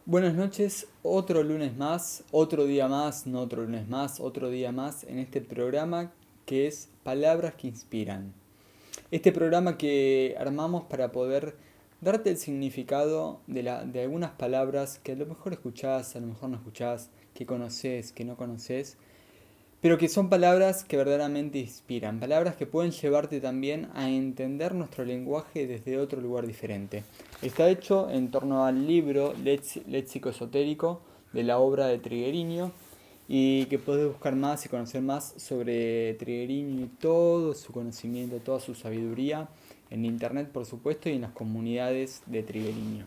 Buenas noches, otro lunes más, otro día más, no otro lunes más, otro día más en este programa que es Palabras que Inspiran. Este programa que armamos para poder darte el significado de algunas palabras que a lo mejor escuchás, a lo mejor no escuchás, que conoces, que no conoces, pero que son palabras que verdaderamente inspiran, palabras que pueden llevarte también a entender nuestro lenguaje desde otro lugar diferente. Está hecho en torno al libro Léxico Esotérico de la obra de Triguerio y que podés buscar más y conocer más sobre Triguerio y todo su conocimiento, toda su sabiduría en internet, por supuesto, y en las comunidades de Triguerio.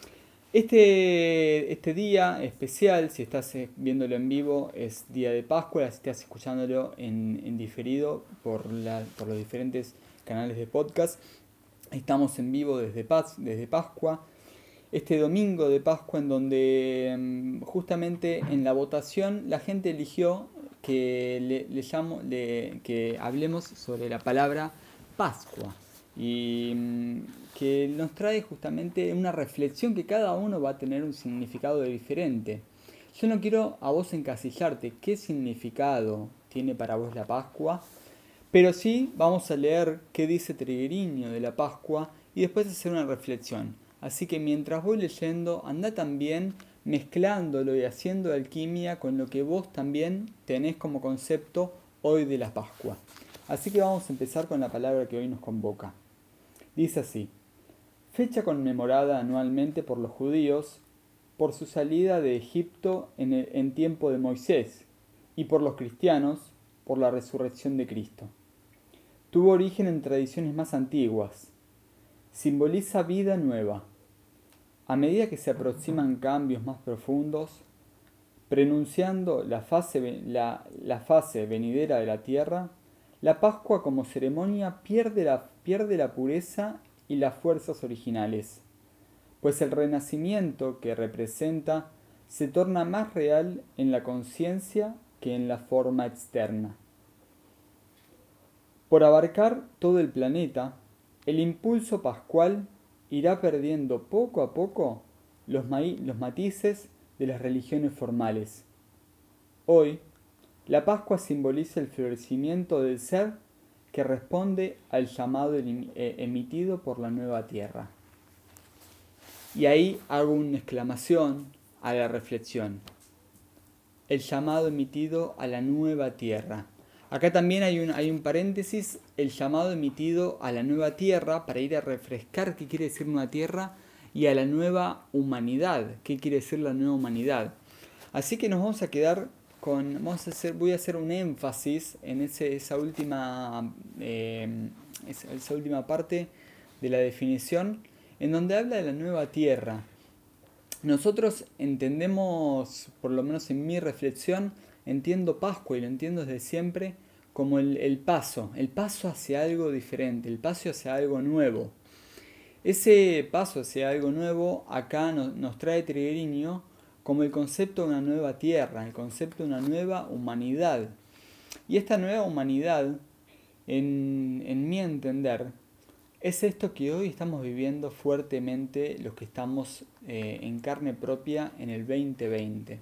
Este día especial, si estás viéndolo en vivo, es día de Pascua, si estás escuchándolo en diferido por los diferentes canales de podcast. Estamos en vivo desde Pascua. Este domingo de Pascua en donde justamente en la votación la gente eligió que que hablemos sobre la palabra Pascua y que nos trae justamente una reflexión que cada uno va a tener un significado diferente. Yo no quiero a vos encasillarte qué significado tiene para vos la Pascua, pero sí vamos a leer qué dice Triguerio de la Pascua y después hacer una reflexión. Así que mientras voy leyendo, anda también mezclándolo y haciendo alquimia con lo que vos también tenés como concepto hoy de la Pascua. Así que vamos a empezar con la palabra que hoy nos convoca. Dice así: fecha conmemorada anualmente por los judíos por su salida de Egipto en tiempo de Moisés y por los cristianos por la resurrección de Cristo. Tuvo origen en tradiciones más antiguas. Simboliza vida nueva. A medida que se aproximan cambios más profundos, prenunciando la fase venidera de la tierra, la Pascua como ceremonia pierde la pureza y las fuerzas originales, pues el renacimiento que representa se torna más real en la conciencia que en la forma externa. Por abarcar todo el planeta, el impulso pascual irá perdiendo poco a poco los matices de las religiones formales. Hoy, la Pascua simboliza el florecimiento del ser que responde al llamado emitido por la nueva tierra. Y ahí hago una exclamación a la reflexión. El llamado emitido a la nueva tierra. Acá también hay un paréntesis, el llamado emitido a la nueva tierra para ir a refrescar qué quiere decir nueva tierra y a la nueva humanidad, qué quiere decir la nueva humanidad. Así que nos vamos a quedar con, voy a hacer un énfasis en esa última parte de la definición en donde habla de la nueva tierra. Nosotros entendemos, por lo menos en mi reflexión, entiendo Pascua y lo entiendo desde siempre como el paso hacia algo diferente, el paso hacia algo nuevo. Ese paso hacia algo nuevo acá nos trae Triguerio como el concepto de una nueva tierra, el concepto de una nueva humanidad. Y esta nueva humanidad, en mi entender, es esto que hoy estamos viviendo fuertemente los que estamos en carne propia en el 2020.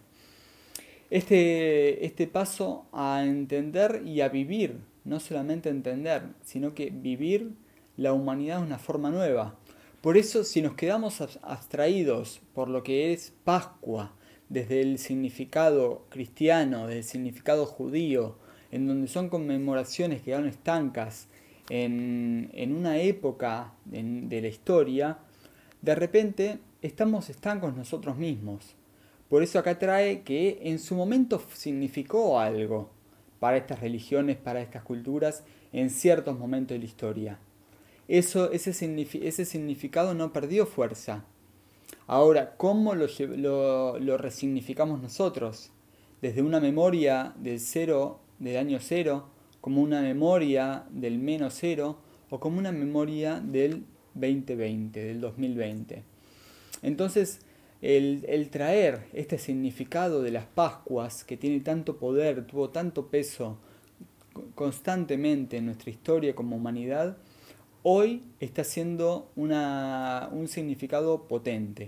Este paso a entender y a vivir, no solamente entender, sino que vivir la humanidad de una forma nueva. Por eso, si nos quedamos abstraídos por lo que es Pascua, desde el significado cristiano, desde el significado judío, en donde son conmemoraciones que quedaron estancas en una época de la historia, de repente estamos estancos nosotros mismos. Por eso acá trae que en su momento significó algo para estas religiones, para estas culturas, en ciertos momentos de la historia. Ese significado no perdió fuerza. Ahora, ¿cómo lo resignificamos nosotros? Desde una memoria del año cero, como una memoria del menos cero, o como una memoria del 2020, del 2020. Entonces, el traer este significado de las Pascuas, que tiene tanto poder, tuvo tanto peso constantemente en nuestra historia como humanidad, hoy está siendo un significado potente.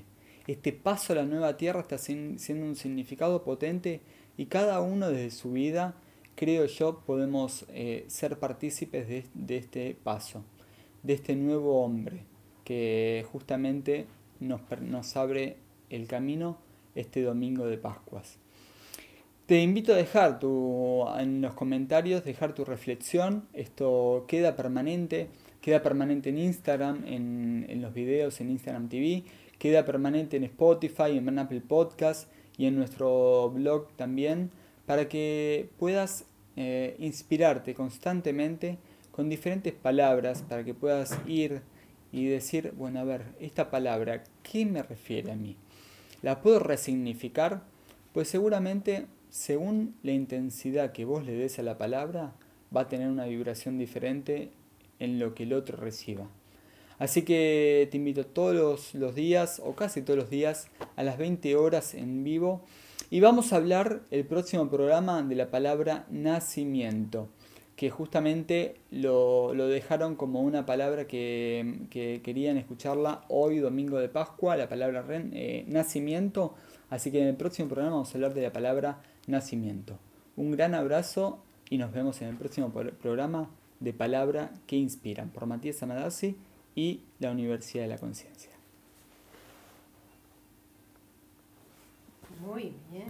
este paso a la nueva tierra está siendo un significado potente y cada uno desde su vida, creo yo, podemos ser partícipes de este paso, de este nuevo hombre que justamente nos abre el camino este domingo de Pascuas. Te invito a dejar en los comentarios, dejar tu reflexión. Esto queda permanente en Instagram, en los videos en Instagram TV, queda permanente en Spotify, en Apple Podcast y en nuestro blog también, para que puedas inspirarte constantemente con diferentes palabras, para que puedas ir y decir, bueno, a ver, esta palabra, ¿qué me refiere a mí? ¿La puedo resignificar? Pues seguramente, según la intensidad que vos le des a la palabra, va a tener una vibración diferente en lo que el otro reciba. Así que te invito todos los días, o casi todos los días, a las 20 horas en vivo. Y vamos a hablar el próximo programa de la palabra nacimiento, que justamente lo dejaron como una palabra que querían escucharla hoy, domingo de Pascua, la palabra nacimiento. Así que en el próximo programa vamos a hablar de la palabra nacimiento. Un gran abrazo y nos vemos en el próximo programa de Palabra que Inspiran por Matías Amadasi y la Universidad de la Conciencia. Muy bien.